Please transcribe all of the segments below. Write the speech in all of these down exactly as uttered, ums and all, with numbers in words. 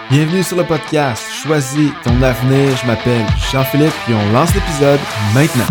Bienvenue sur le podcast Choisis ton avenir. Je m'appelle Jean-Philippe et on lance l'épisode maintenant.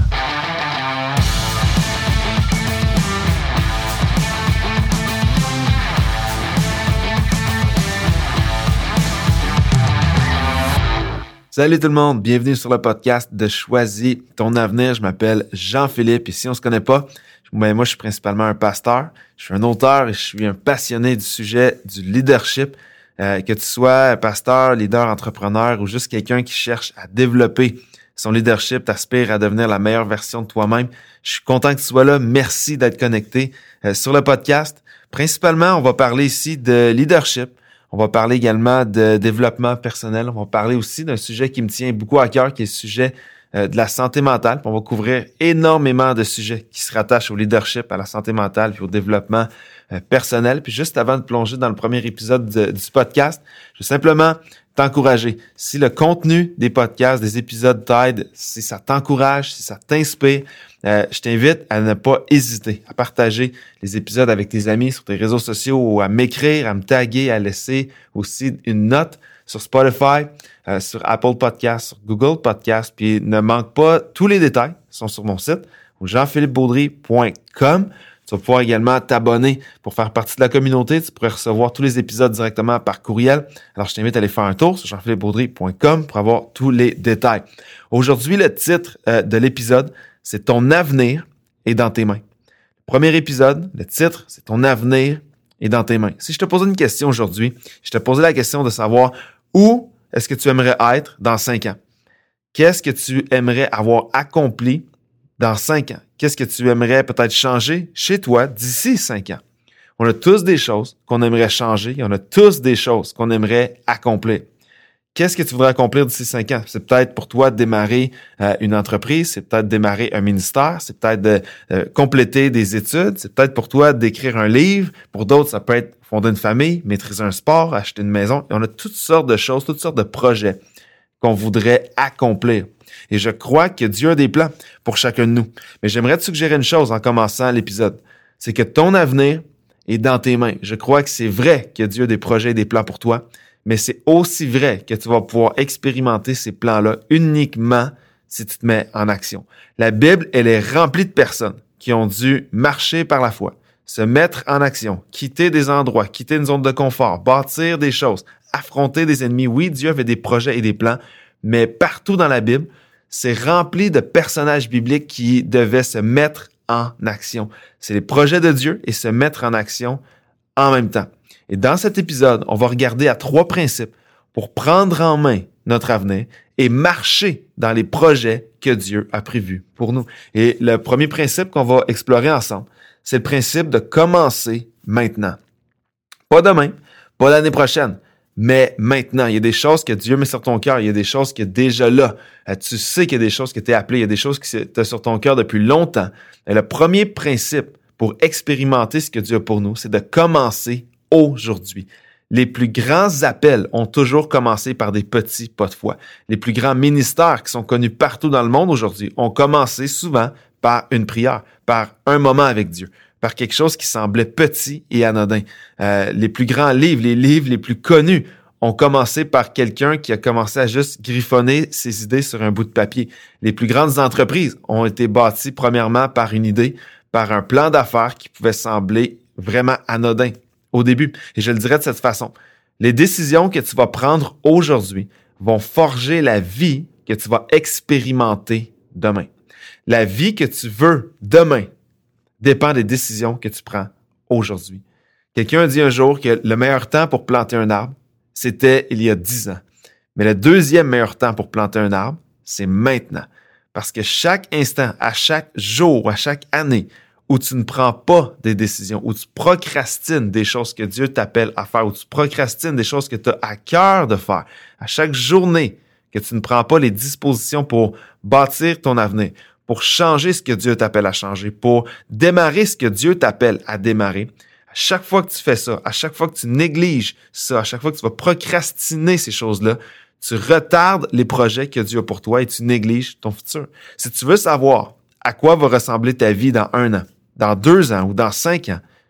Salut tout le monde, bienvenue sur le podcast de Choisis ton avenir. Je m'appelle Jean-Philippe et si on ne se connaît pas, ben moi je suis principalement un pasteur, je suis un auteur et je suis un passionné du sujet du leadership. Euh, que tu sois pasteur, leader, entrepreneur ou juste quelqu'un qui cherche à développer son leadership, t'aspires à devenir la meilleure version de toi-même. Je suis content que tu sois là. Merci d'être connecté euh, sur le podcast. Principalement, on va parler ici de leadership. On va parler également de développement personnel. On va parler aussi d'un sujet qui me tient beaucoup à cœur, qui est le sujet euh, de la santé mentale. Puis on va couvrir énormément de sujets qui se rattachent au leadership, à la santé mentale puis au développement euh, personnel. Puis juste avant de plonger dans le premier épisode de, du podcast, je veux simplement t'encourager. Si le contenu des podcasts, des épisodes t'aide, si ça t'encourage, si ça t'inspire, euh, je t'invite à ne pas hésiter à partager les épisodes avec tes amis sur tes réseaux sociaux ou à m'écrire, à me taguer, à laisser aussi une note sur Spotify, euh, sur Apple Podcasts, sur Google Podcasts. Puis ne manque pas, tous les détails sont sur mon site au jean philippe baudry point com. Tu vas pouvoir également t'abonner pour faire partie de la communauté. Tu pourrais recevoir tous les épisodes directement par courriel. Alors, je t'invite à aller faire un tour sur jean philippe baudry point com pour avoir tous les détails. Aujourd'hui, le titre euh, de l'épisode, c'est « Ton avenir est dans tes mains ». Le premier épisode, le titre, c'est « Ton avenir est dans tes mains ». Si je te posais une question aujourd'hui, je te posais la question de savoir où est-ce que tu aimerais être dans cinq ans? Qu'est-ce que tu aimerais avoir accompli dans cinq ans? Qu'est-ce que tu aimerais peut-être changer chez toi d'ici cinq ans? On a tous des choses qu'on aimerait changer. On a tous des choses qu'on aimerait accomplir. Qu'est-ce que tu voudrais accomplir d'ici cinq ans? C'est peut-être pour toi de démarrer euh, une entreprise, c'est peut-être démarrer un ministère, c'est peut-être de euh, compléter des études, c'est peut-être pour toi d'écrire un livre. Pour d'autres, ça peut être fonder une famille, maîtriser un sport, acheter une maison. Et on a toutes sortes de choses, toutes sortes de projets qu'on voudrait accomplir. Et je crois que Dieu a des plans pour chacun de nous. Mais j'aimerais te suggérer une chose en commençant l'épisode. C'est que ton avenir est dans tes mains. Je crois que c'est vrai que Dieu a des projets et des plans pour toi, mais c'est aussi vrai que tu vas pouvoir expérimenter ces plans-là uniquement si tu te mets en action. La Bible, elle est remplie de personnes qui ont dû marcher par la foi, se mettre en action, quitter des endroits, quitter une zone de confort, bâtir des choses, affronter des ennemis. Oui, Dieu avait des projets et des plans, mais partout dans la Bible, c'est rempli de personnages bibliques qui devaient se mettre en action. C'est les projets de Dieu et se mettre en action en même temps. Et dans cet épisode, on va regarder à trois principes pour prendre en main notre avenir et marcher dans les projets que Dieu a prévus pour nous. Et le premier principe qu'on va explorer ensemble, c'est le principe de commencer maintenant. Pas demain, pas l'année prochaine, mais maintenant. Il y a des choses que Dieu met sur ton cœur, il y a des choses qui sont déjà là. Tu sais qu'il y a des choses que tu es appelé, il y a des choses qui sont sur ton cœur depuis longtemps. Et le premier principe pour expérimenter ce que Dieu a pour nous, c'est de commencer aujourd'hui. Les plus grands appels ont toujours commencé par des petits pas de foi. Les plus grands ministères qui sont connus partout dans le monde aujourd'hui ont commencé souvent par une prière, par un moment avec Dieu, par quelque chose qui semblait petit et anodin. Euh, les plus grands livres, les livres les plus connus ont commencé par quelqu'un qui a commencé à juste griffonner ses idées sur un bout de papier. Les plus grandes entreprises ont été bâties premièrement par une idée, par un plan d'affaires qui pouvait sembler vraiment anodin au début. Et je le dirais de cette façon. Les décisions que tu vas prendre aujourd'hui vont forger la vie que tu vas expérimenter demain. La vie que tu veux demain dépend des décisions que tu prends aujourd'hui. Quelqu'un a dit un jour que le meilleur temps pour planter un arbre, c'était il y a dix ans. Mais le deuxième meilleur temps pour planter un arbre, c'est maintenant. Parce que chaque instant, à chaque jour, à chaque année, où tu ne prends pas des décisions, où tu procrastines des choses que Dieu t'appelle à faire, où tu procrastines des choses que tu as à cœur de faire, à chaque journée que tu ne prends pas les dispositions pour bâtir ton avenir, pour changer ce que Dieu t'appelle à changer, pour démarrer ce que Dieu t'appelle à démarrer, à chaque fois que tu fais ça, à chaque fois que tu négliges ça, à chaque fois que tu vas procrastiner ces choses-là, tu retardes les projets que Dieu a pour toi et tu négliges ton futur. Si tu veux savoir à quoi va ressembler ta vie dans un an, dans deux ans ou dans cinq ans,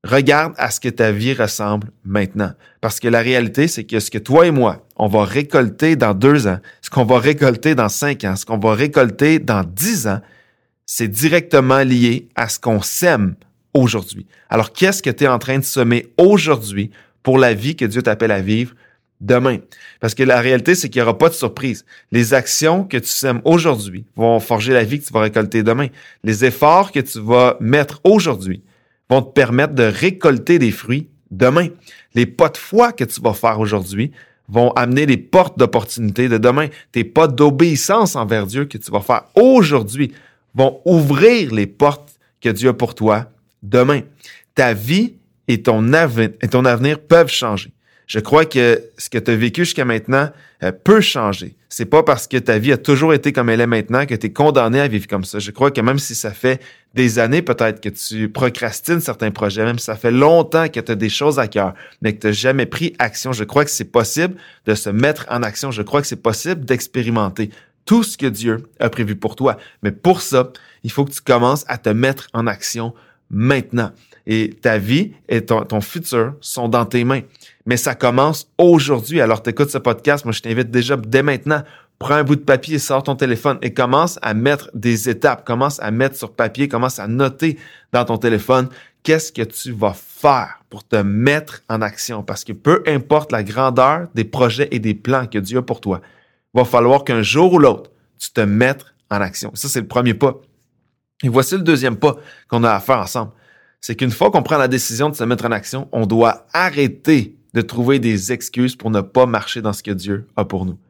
Regarde à ce que ta vie ressemble maintenant. Parce que la réalité, c'est que ce que toi et moi, on va récolter dans deux ans, ce qu'on va récolter dans cinq ans, ce qu'on va récolter dans dix ans, c'est directement lié à ce qu'on sème aujourd'hui. Alors, qu'est-ce que tu es en train de semer aujourd'hui pour la vie que Dieu t'appelle à vivre demain? Parce que la réalité, c'est qu'il n'y aura pas de surprise. Les actions que tu sèmes aujourd'hui vont forger la vie que tu vas récolter demain. Les efforts que tu vas mettre aujourd'hui vont te permettre de récolter des fruits demain. Les pas de foi que tu vas faire aujourd'hui vont amener les portes d'opportunité de demain. Tes pas d'obéissance envers Dieu que tu vas faire aujourd'hui vont ouvrir les portes que Dieu a pour toi demain. Ta vie et ton avenir, et ton avenir peuvent changer. Je crois que ce que tu as vécu jusqu'à maintenant euh, peut changer. C'est pas parce que ta vie a toujours été comme elle est maintenant que tu es condamné à vivre comme ça. Je crois que même si ça fait des années peut-être que tu procrastines certains projets, même si ça fait longtemps que tu as des choses à cœur, mais que tu n'as jamais pris action, je crois que c'est possible de se mettre en action. Je crois que c'est possible d'expérimenter tout ce que Dieu a prévu pour toi. Mais pour ça, il faut que tu commences à te mettre en action maintenant. Et ta vie et ton, ton futur sont dans tes mains. Mais ça commence aujourd'hui. Alors, tu écoutes ce podcast, moi je t'invite déjà dès maintenant, prends un bout de papier, sors ton téléphone et commence à mettre des étapes, commence à mettre sur papier, commence à noter dans ton téléphone qu'est-ce que tu vas faire pour te mettre en action. Parce que peu importe la grandeur des projets et des plans que Dieu a pour toi, il va falloir qu'un jour ou l'autre, tu te mettes en action. Ça, c'est le premier pas. Et voici le deuxième pas qu'on a à faire ensemble. C'est qu'une fois qu'on prend la décision de se mettre en action, on doit arrêter de trouver des excuses pour ne pas marcher dans ce que Dieu a pour nous.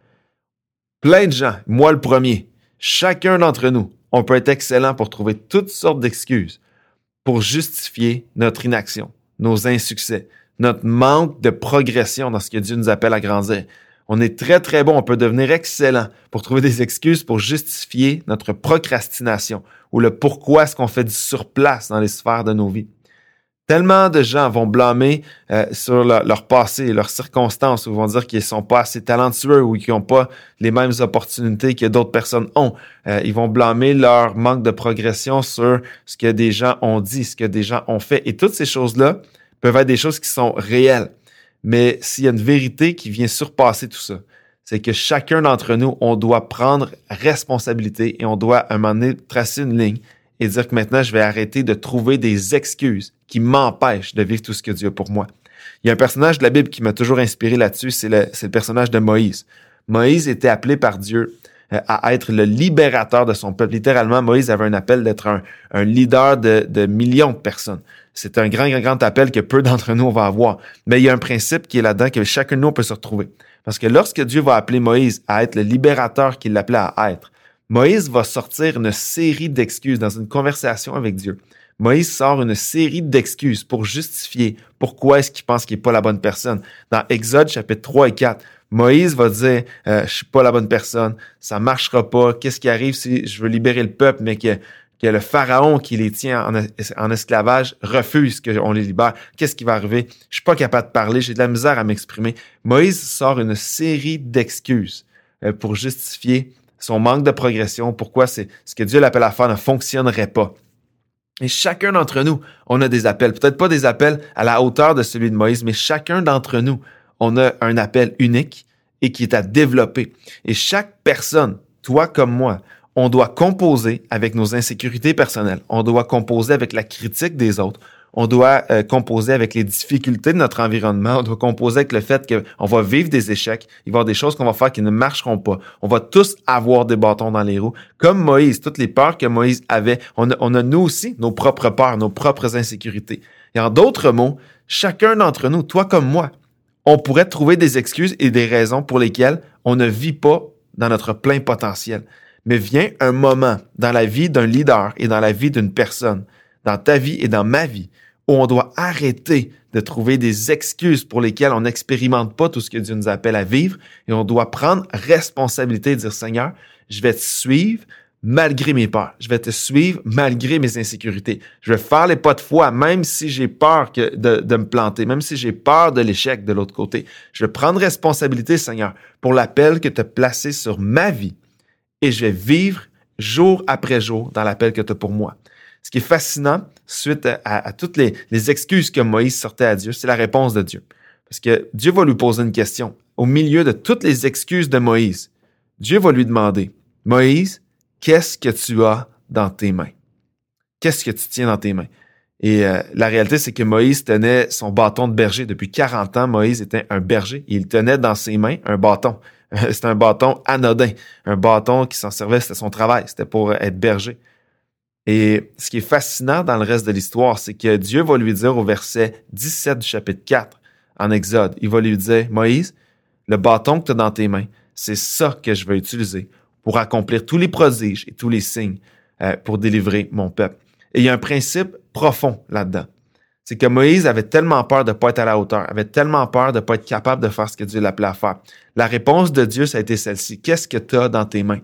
Plein de gens, moi le premier, chacun d'entre nous, on peut être excellent pour trouver toutes sortes d'excuses pour justifier notre inaction, nos insuccès, notre manque de progression dans ce que Dieu nous appelle à grandir. On est très, très bon, on peut devenir excellent pour trouver des excuses pour justifier notre procrastination ou le pourquoi est-ce qu'on fait du surplace dans les sphères de nos vies. Tellement de gens vont blâmer euh, sur leur, leur passé, leurs circonstances, ou vont dire qu'ils sont pas assez talentueux ou qu'ils n'ont pas les mêmes opportunités que d'autres personnes ont. Euh, ils vont blâmer leur manque de progression sur ce que des gens ont dit, ce que des gens ont fait. Et toutes ces choses-là peuvent être des choses qui sont réelles. Mais s'il y a une vérité qui vient surpasser tout ça, c'est que chacun d'entre nous, on doit prendre responsabilité et on doit à un moment donné tracer une ligne et dire que maintenant, je vais arrêter de trouver des excuses qui m'empêchent de vivre tout ce que Dieu a pour moi. Il y a un personnage de la Bible qui m'a toujours inspiré là-dessus, c'est le, c'est le personnage de Moïse. Moïse était appelé par Dieu à être le libérateur de son peuple. Littéralement, Moïse avait un appel d'être un, un leader de, de millions de personnes. C'est un grand, grand, grand appel que peu d'entre nous on va avoir. Mais il y a un principe qui est là-dedans que chacun de nous peut se retrouver. Parce que lorsque Dieu va appeler Moïse à être le libérateur qu'il l'appelait à être, Moïse va sortir une série d'excuses dans une conversation avec Dieu. Moïse sort une série d'excuses pour justifier pourquoi est-ce qu'il pense qu'il n'est pas la bonne personne. Dans Exode, chapitre trois et quatre, Moïse va dire euh, « Je suis pas la bonne personne, ça marchera pas, qu'est-ce qui arrive si je veux libérer le peuple, mais que, que le pharaon qui les tient en, en esclavage refuse qu'on les libère, qu'est-ce qui va arriver? Je suis pas capable de parler, j'ai de la misère à m'exprimer. » Moïse sort une série d'excuses euh, pour justifier son manque de progression, pourquoi c'est ce que Dieu l'appelle à faire ne fonctionnerait pas. Et chacun d'entre nous, on a des appels. Peut-être pas des appels à la hauteur de celui de Moïse, mais chacun d'entre nous, on a un appel unique et qui est à développer. Et chaque personne, toi comme moi, on doit composer avec nos insécurités personnelles. On doit composer avec la critique des autres. On doit euh, composer avec les difficultés de notre environnement. On doit composer avec le fait qu'on va vivre des échecs. Il va y avoir des choses qu'on va faire qui ne marcheront pas. On va tous avoir des bâtons dans les roues. Comme Moïse, toutes les peurs que Moïse avait, on a, on a nous aussi nos propres peurs, nos propres insécurités. Et en d'autres mots, chacun d'entre nous, toi comme moi, on pourrait trouver des excuses et des raisons pour lesquelles on ne vit pas dans notre plein potentiel. Mais vient un moment dans la vie d'un leader et dans la vie d'une personne, dans ta vie et dans ma vie, où on doit arrêter de trouver des excuses pour lesquelles on n'expérimente pas tout ce que Dieu nous appelle à vivre et on doit prendre responsabilité et dire « Seigneur, je vais te suivre malgré mes peurs. Je vais te suivre malgré mes insécurités. Je vais faire les pas de foi même si j'ai peur que de, de me planter, même si j'ai peur de l'échec de l'autre côté. Je vais prendre responsabilité, Seigneur, pour l'appel que tu as placé sur ma vie et je vais vivre jour après jour dans l'appel que tu as pour moi. » Ce qui est fascinant, suite à, à, à toutes les, les excuses que Moïse sortait à Dieu, c'est la réponse de Dieu. Parce que Dieu va lui poser une question. Au milieu de toutes les excuses de Moïse, Dieu va lui demander, « Moïse, qu'est-ce que tu as dans tes mains? Qu'est-ce que tu tiens dans tes mains? » Et euh, la réalité, c'est que Moïse tenait son bâton de berger. Depuis quarante ans, Moïse était un berger. Et il tenait dans ses mains un bâton. C'était un bâton anodin. Un bâton qui s'en servait, c'était son travail. C'était pour être berger. Et ce qui est fascinant dans le reste de l'histoire, c'est que Dieu va lui dire au verset dix-sept du chapitre quatre, en Exode, il va lui dire, « Moïse, le bâton que tu as dans tes mains, c'est ça que je vais utiliser pour accomplir tous les prodiges et tous les signes euh, pour délivrer mon peuple. » Et il y a un principe profond là-dedans. C'est que Moïse avait tellement peur de ne pas être à la hauteur, avait tellement peur de ne pas être capable de faire ce que Dieu l'appelait à faire. La réponse de Dieu, ça a été celle-ci. Qu'est-ce que tu as dans tes mains?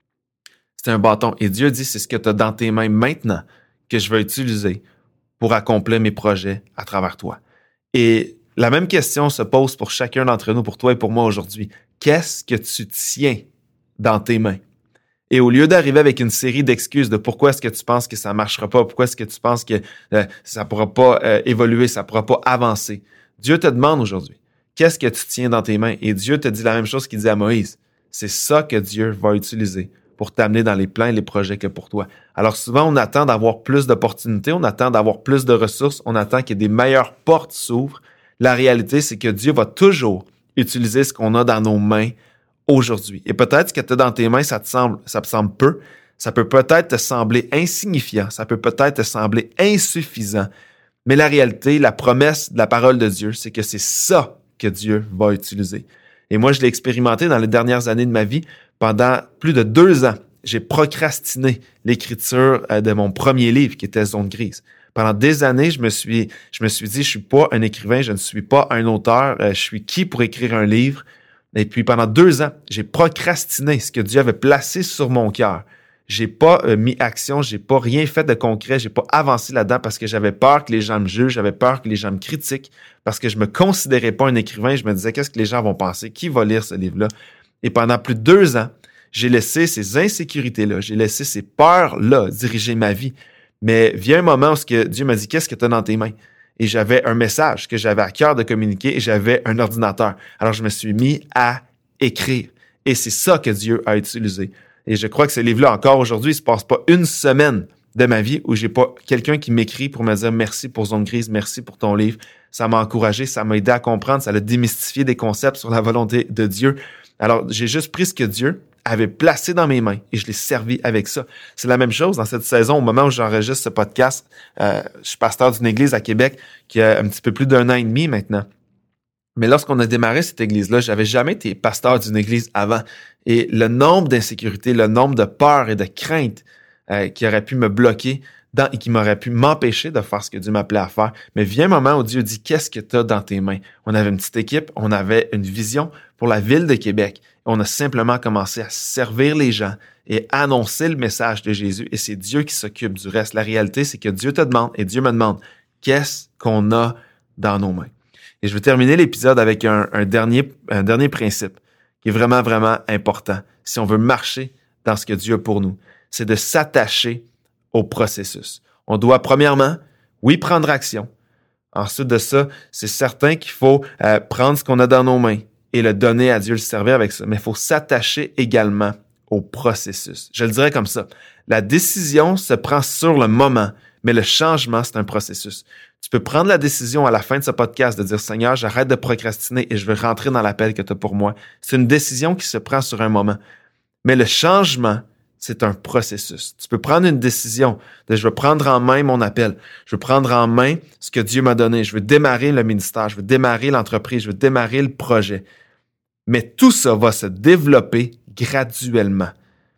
C'est un bâton. Et Dieu dit, c'est ce que tu as dans tes mains maintenant que je vais utiliser pour accomplir mes projets à travers toi. Et la même question se pose pour chacun d'entre nous, pour toi et pour moi aujourd'hui. Qu'est-ce que tu tiens dans tes mains? Et au lieu d'arriver avec une série d'excuses de pourquoi est-ce que tu penses que ça marchera pas, pourquoi est-ce que tu penses que euh, ça pourra pas euh, évoluer, ça pourra pas avancer, Dieu te demande aujourd'hui, qu'est-ce que tu tiens dans tes mains? Et Dieu te dit la même chose qu'il dit à Moïse. C'est ça que Dieu va utiliser pour t'amener dans les plans et les projets qu'il y a pour toi. Alors souvent, on attend d'avoir plus d'opportunités, on attend d'avoir plus de ressources, on attend que des meilleures portes s'ouvrent. La réalité, c'est que Dieu va toujours utiliser ce qu'on a dans nos mains aujourd'hui. Et peut-être que tu as dans tes mains, ça te semble, ça te semble peu, ça peut peut-être te sembler insignifiant, ça peut peut-être te sembler insuffisant, mais la réalité, la promesse de la parole de Dieu, c'est que c'est ça que Dieu va utiliser. Et moi, je l'ai expérimenté dans les dernières années de ma vie. Pendant plus de deux ans, j'ai procrastiné l'écriture de mon premier livre, qui était Zone grise. Pendant des années, je me suis, je me suis dit, je suis pas un écrivain, je ne suis pas un auteur, je suis qui pour écrire un livre? Et puis, pendant deux ans, j'ai procrastiné ce que Dieu avait placé sur mon cœur. J'ai pas euh, mis action, j'ai pas rien fait de concret, j'ai pas avancé là-dedans parce que j'avais peur que les gens me jugent, j'avais peur que les gens me critiquent, parce que je me considérais pas un écrivain. Je me disais, qu'est-ce que les gens vont penser? Qui va lire ce livre-là? Et pendant plus de deux ans, j'ai laissé ces insécurités-là, j'ai laissé ces peurs-là diriger ma vie. Mais vient un moment où ce que Dieu m'a dit, qu'est-ce que tu as dans tes mains? Et j'avais un message que j'avais à cœur de communiquer et j'avais un ordinateur. Alors, je me suis mis à écrire. Et c'est ça que Dieu a utilisé. Et je crois que ce livre-là, encore aujourd'hui, il ne se passe pas une semaine de ma vie où j'ai pas quelqu'un qui m'écrit pour me dire merci pour Zone grise, merci pour ton livre. Ça m'a encouragé, ça m'a aidé à comprendre, ça a démystifié des concepts sur la volonté de Dieu. Alors, j'ai juste pris ce que Dieu avait placé dans mes mains et je l'ai servi avec ça. C'est la même chose dans cette saison, au moment où j'enregistre ce podcast. Euh, je suis pasteur d'une église à Québec qui a un petit peu plus d'un an et demi maintenant. Mais lorsqu'on a démarré cette église-là, j'avais jamais été pasteur d'une église avant. Et le nombre d'insécurités, le nombre de peurs et de craintes euh, qui auraient pu me bloquer dans, et qui m'auraient pu m'empêcher de faire ce que Dieu m'appelait à faire. Mais vient un moment où Dieu dit, qu'est-ce que tu as dans tes mains? On avait une petite équipe, on avait une vision pour la ville de Québec. On a simplement commencé à servir les gens et annoncer le message de Jésus. Et c'est Dieu qui s'occupe du reste. La réalité, c'est que Dieu te demande et Dieu me demande, qu'est-ce qu'on a dans nos mains? Et je vais terminer l'épisode avec un, un, dernier, un dernier principe qui est vraiment, vraiment important si on veut marcher dans ce que Dieu a pour nous. C'est de s'attacher au processus. On doit, premièrement, oui, prendre action. Ensuite de ça, c'est certain qu'il faut euh, prendre ce qu'on a dans nos mains et le donner à Dieu, le servir avec ça. Mais il faut s'attacher également au processus. Je le dirais comme ça. La décision se prend sur le moment, mais le changement, c'est un processus. Tu peux prendre la décision à la fin de ce podcast de dire « Seigneur, j'arrête de procrastiner et je veux rentrer dans l'appel que tu as pour moi. » C'est une décision qui se prend sur un moment. Mais le changement, c'est un processus. Tu peux prendre une décision de « Je veux prendre en main mon appel. Je veux prendre en main ce que Dieu m'a donné. Je veux démarrer le ministère. Je veux démarrer l'entreprise. Je veux démarrer le projet. » Mais tout ça va se développer graduellement.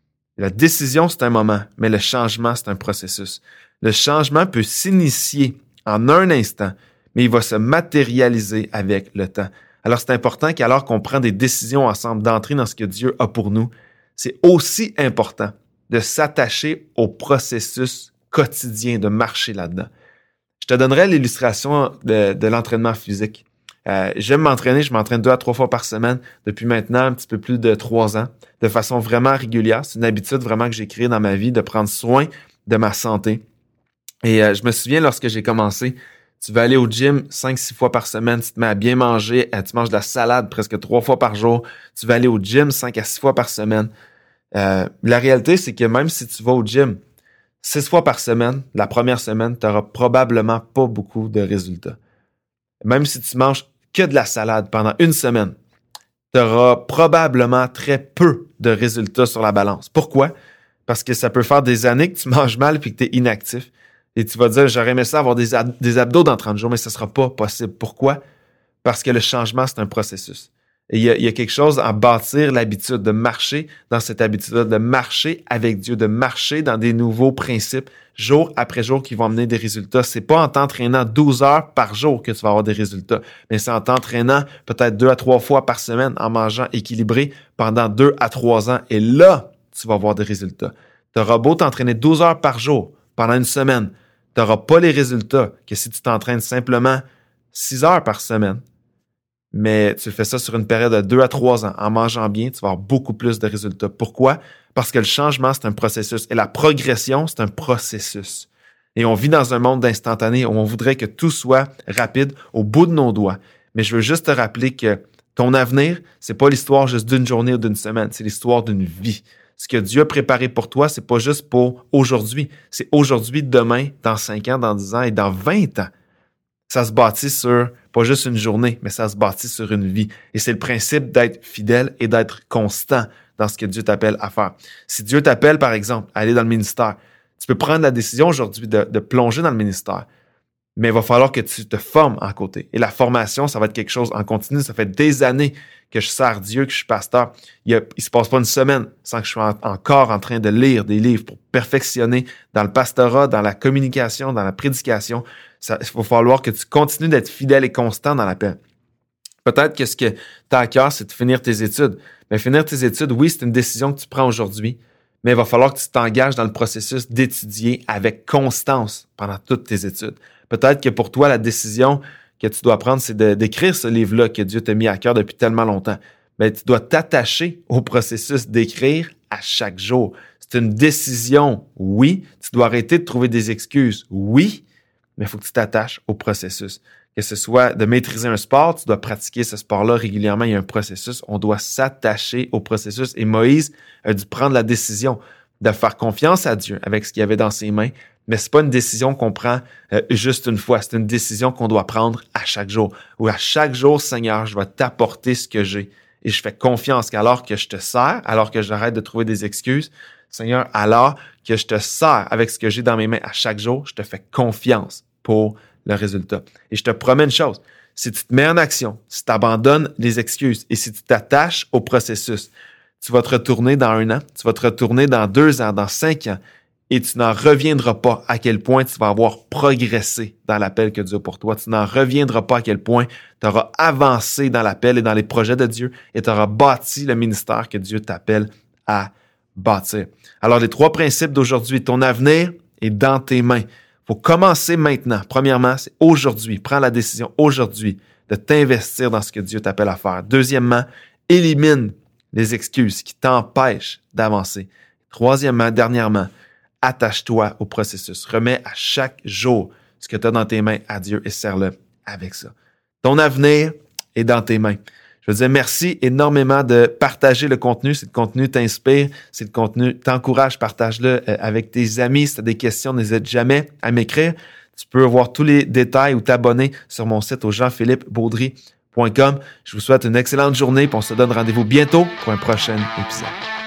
La décision, c'est un moment, mais le changement, c'est un processus. Le changement peut s'initier en un instant, mais il va se matérialiser avec le temps. Alors, c'est important qu'alors qu'on prend des décisions ensemble d'entrer dans ce que Dieu a pour nous, c'est aussi important de s'attacher au processus quotidien, de marcher là-dedans. Je te donnerai l'illustration de, de l'entraînement physique. Euh, j'aime m'entraîner, je m'entraîne deux à trois fois par semaine depuis maintenant un petit peu plus de trois ans, de façon vraiment régulière. C'est une habitude vraiment que j'ai créée dans ma vie de prendre soin de ma santé. Et euh, je me souviens, lorsque j'ai commencé, tu vas aller au gym cinq six fois par semaine, tu te mets à bien manger, tu manges de la salade presque trois fois par jour, tu vas aller au gym cinq à six fois par semaine. Euh, la réalité, c'est que même si tu vas au gym six fois par semaine, la première semaine, tu n'auras probablement pas beaucoup de résultats. Même si tu manges que de la salade pendant une semaine, tu auras probablement très peu de résultats sur la balance. Pourquoi? Parce que ça peut faire des années que tu manges mal et que tu es inactif. Et tu vas dire, j'aurais aimé ça avoir des, ab- des abdos dans trente jours, mais ce ne sera pas possible. Pourquoi? Parce que le changement, c'est un processus. Et il y a, il y a quelque chose à bâtir l'habitude de marcher dans cette habitude-là, de marcher avec Dieu, de marcher dans des nouveaux principes jour après jour qui vont amener des résultats. C'est pas en t'entraînant douze heures par jour que tu vas avoir des résultats, mais c'est en t'entraînant peut-être deux à trois fois par semaine en mangeant équilibré pendant deux à trois ans. Et là, tu vas avoir des résultats. Tu auras beau t'entraîner douze heures par jour pendant une semaine, tu n'auras pas les résultats que si tu t'entraînes simplement six heures par semaine. Mais tu fais ça sur une période de deux à trois ans. En mangeant bien, tu vas avoir beaucoup plus de résultats. Pourquoi? Parce que le changement, c'est un processus. Et la progression, c'est un processus. Et on vit dans un monde d'instantané où on voudrait que tout soit rapide au bout de nos doigts. Mais je veux juste te rappeler que ton avenir, c'est pas l'histoire juste d'une journée ou d'une semaine. C'est l'histoire d'une vie. Ce que Dieu a préparé pour toi, c'est pas juste pour aujourd'hui. C'est aujourd'hui, demain, dans cinq ans, dans dix ans et dans vingt ans. Ça se bâtit sur pas juste une journée, mais ça se bâtit sur une vie. Et c'est le principe d'être fidèle et d'être constant dans ce que Dieu t'appelle à faire. Si Dieu t'appelle, par exemple, à aller dans le ministère, tu peux prendre la décision aujourd'hui de, de plonger dans le ministère, mais il va falloir que tu te formes en côté. Et la formation, ça va être quelque chose en continu. Ça fait des années que je sers Dieu, que je suis pasteur. Il ne se passe pas une semaine sans que je sois en, encore en train de lire des livres pour perfectionner dans le pastorat, dans la communication, dans la prédication. Ça, il va falloir que tu continues d'être fidèle et constant dans l'appel. Peut-être que ce que tu as à cœur, c'est de finir tes études. Mais finir tes études, oui, c'est une décision que tu prends aujourd'hui, mais il va falloir que tu t'engages dans le processus d'étudier avec constance pendant toutes tes études. Peut-être que pour toi, la décision que tu dois prendre, c'est de, d'écrire ce livre-là que Dieu t'a mis à cœur depuis tellement longtemps. Mais tu dois t'attacher au processus d'écrire à chaque jour. C'est une décision, oui. Tu dois arrêter de trouver des excuses, oui. Mais il faut que tu t'attaches au processus. Que ce soit de maîtriser un sport, tu dois pratiquer ce sport-là régulièrement. Il y a un processus. On doit s'attacher au processus. Et Moïse a dû prendre la décision de faire confiance à Dieu avec ce qu'il avait dans ses mains. Mais c'est pas une décision qu'on prend euh, juste une fois. C'est une décision qu'on doit prendre à chaque jour. Ou à chaque jour, Seigneur, je vais t'apporter ce que j'ai. Et je fais confiance qu'alors que je te sers, alors que j'arrête de trouver des excuses, Seigneur, alors que je te sers avec ce que j'ai dans mes mains à chaque jour, je te fais confiance pour le résultat. Et je te promets une chose, si tu te mets en action, si tu abandonnes les excuses et si tu t'attaches au processus, tu vas te retourner dans un an, tu vas te retourner dans deux ans, dans cinq ans, et tu n'en reviendras pas à quel point tu vas avoir progressé dans l'appel que Dieu a pour toi. Tu n'en reviendras pas à quel point tu auras avancé dans l'appel et dans les projets de Dieu et tu auras bâti le ministère que Dieu t'appelle à bâtir. Alors, les trois principes d'aujourd'hui, ton avenir est dans tes mains. Il faut commencer maintenant. Premièrement, c'est aujourd'hui. Prends la décision aujourd'hui de t'investir dans ce que Dieu t'appelle à faire. Deuxièmement, élimine les excuses qui t'empêchent d'avancer. Troisièmement, dernièrement, attache-toi au processus. Remets à chaque jour ce que tu as dans tes mains à Dieu et sers-le avec ça. Ton avenir est dans tes mains. Je veux dire merci énormément de partager le contenu. Si le contenu t'inspire, si le contenu t'encourage, partage-le avec tes amis. Si tu as des questions, n'hésite jamais à m'écrire. Tu peux voir tous les détails ou t'abonner sur mon site au jean philippe baudry point com. Je vous souhaite une excellente journée et on se donne rendez-vous bientôt pour un prochain épisode.